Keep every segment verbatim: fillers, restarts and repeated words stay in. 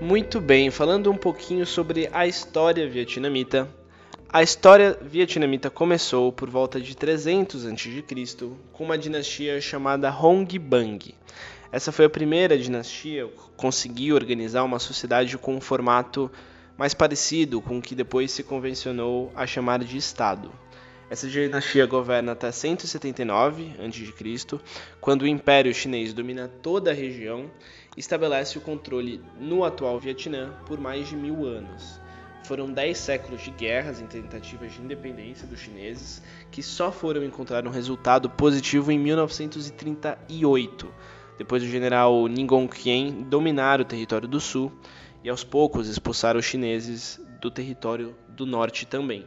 Muito bem, falando um pouquinho sobre a história vietnamita. A história vietnamita começou por volta de trezentos antes de Cristo com uma dinastia chamada Hong Bang. Essa foi a primeira dinastia que conseguiu organizar uma sociedade com um formato mais parecido com o que depois se convencionou a chamar de Estado. Essa dinastia governa até cento e setenta e nove antes de Cristo, quando o Império Chinês domina toda a região e estabelece o controle no atual Vietnã por mais de mil anos. Foram dez séculos de guerras e tentativas de independência dos chineses, que só foram encontrar um resultado positivo em mil novecentos e trinta e oito, depois do general Nguyen Quyen dominar o território do sul e aos poucos expulsar os chineses do território do norte também.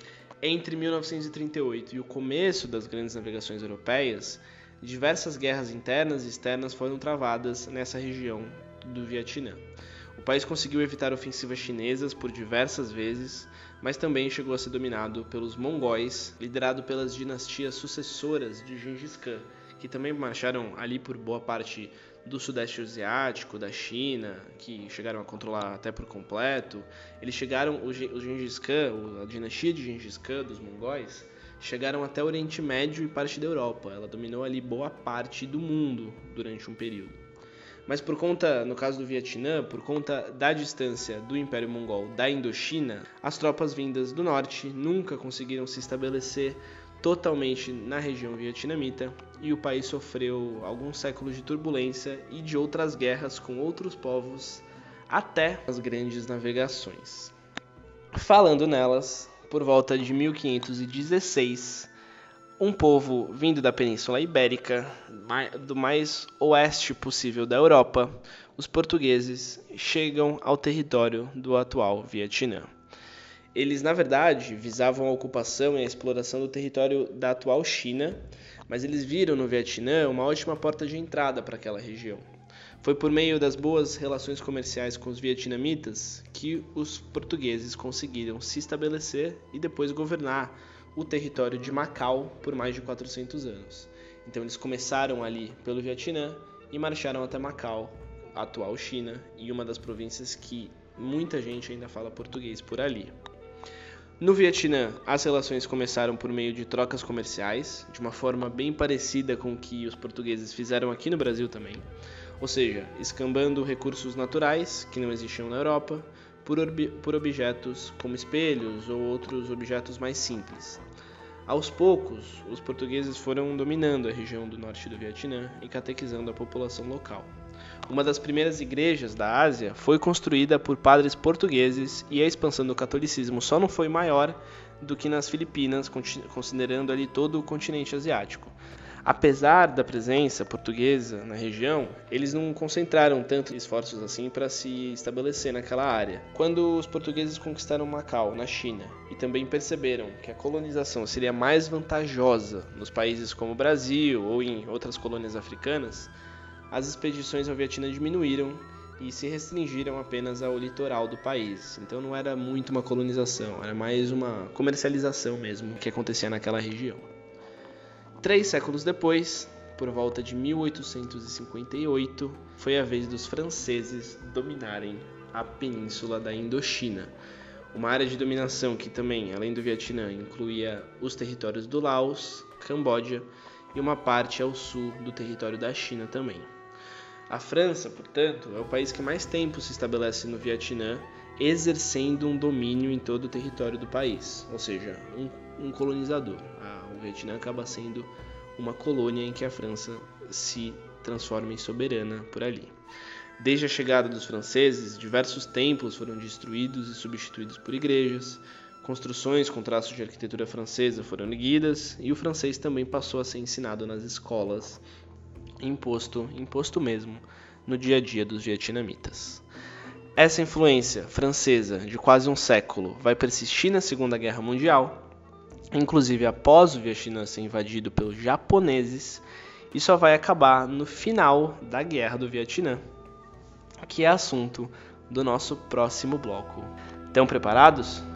Entre mil novecentos e trinta e oito e o começo das grandes navegações europeias, diversas guerras internas e externas foram travadas nessa região do Vietnã. O país conseguiu evitar ofensivas chinesas por diversas vezes, mas também chegou a ser dominado pelos mongóis, liderado pelas dinastias sucessoras de Gengis Khan, que também marcharam ali por boa parte do Sudeste Asiático, da China, que chegaram a controlar até por completo. Eles chegaram, o Gengis Khan, a dinastia de Gengis Khan, dos mongóis, chegaram até o Oriente Médio e parte da Europa. Ela dominou ali boa parte do mundo durante um período. Mas por conta, no caso do Vietnã, por conta da distância do Império Mongol da Indochina, as tropas vindas do norte nunca conseguiram se estabelecer totalmente na região vietnamita e o país sofreu alguns séculos de turbulência e de outras guerras com outros povos até as grandes navegações. Falando nelas, por volta de mil quinhentos e dezesseis, um povo vindo da Península Ibérica, do mais oeste possível da Europa, os portugueses chegam ao território do atual Vietnã. Eles, na verdade, visavam a ocupação e a exploração do território da atual China, mas eles viram no Vietnã uma ótima porta de entrada para aquela região. Foi por meio das boas relações comerciais com os vietnamitas que os portugueses conseguiram se estabelecer e depois governar o território de Macau por mais de quatrocentos anos. Então eles começaram ali pelo Vietnã e marcharam até Macau, a atual China, e uma das províncias que muita gente ainda fala português por ali. No Vietnã, as relações começaram por meio de trocas comerciais, de uma forma bem parecida com o que os portugueses fizeram aqui no Brasil também, ou seja, escambando recursos naturais, que não existiam na Europa, por, ob- por objetos como espelhos ou outros objetos mais simples. Aos poucos, os portugueses foram dominando a região do norte do Vietnã e catequizando a população local. Uma das primeiras igrejas da Ásia foi construída por padres portugueses e a expansão do catolicismo só não foi maior do que nas Filipinas, considerando ali todo o continente asiático. Apesar da presença portuguesa na região, eles não concentraram tanto esforços assim para se estabelecer naquela área. Quando os portugueses conquistaram Macau, na China, e também perceberam que a colonização seria mais vantajosa nos países como o Brasil ou em outras colônias africanas, as expedições ao Vietnã diminuíram e se restringiram apenas ao litoral do país. Então não era muito uma colonização, era mais uma comercialização mesmo que acontecia naquela região. Três séculos depois, por volta de mil oitocentos e cinquenta e oito, foi a vez dos franceses dominarem a península da Indochina, uma área de dominação que também, além do Vietnã, incluía os territórios do Laos, Camboja e uma parte ao sul do território da China também. A França, portanto, é o país que mais tempo se estabelece no Vietnã, exercendo um domínio em todo o território do país, ou seja, um, um colonizador. O Vietnã acaba sendo uma colônia em que a França se transforma em soberana por ali. Desde a chegada dos franceses, diversos templos foram destruídos e substituídos por igrejas, construções com traços de arquitetura francesa foram erguidas e o francês também passou a ser ensinado nas escolas, imposto, imposto mesmo, no dia a dia dos vietnamitas. Essa influência francesa de quase um século vai persistir na Segunda Guerra Mundial, inclusive após o Vietnã ser invadido pelos japoneses, e só vai acabar no final da Guerra do Vietnã, que é assunto do nosso próximo bloco. Estão preparados?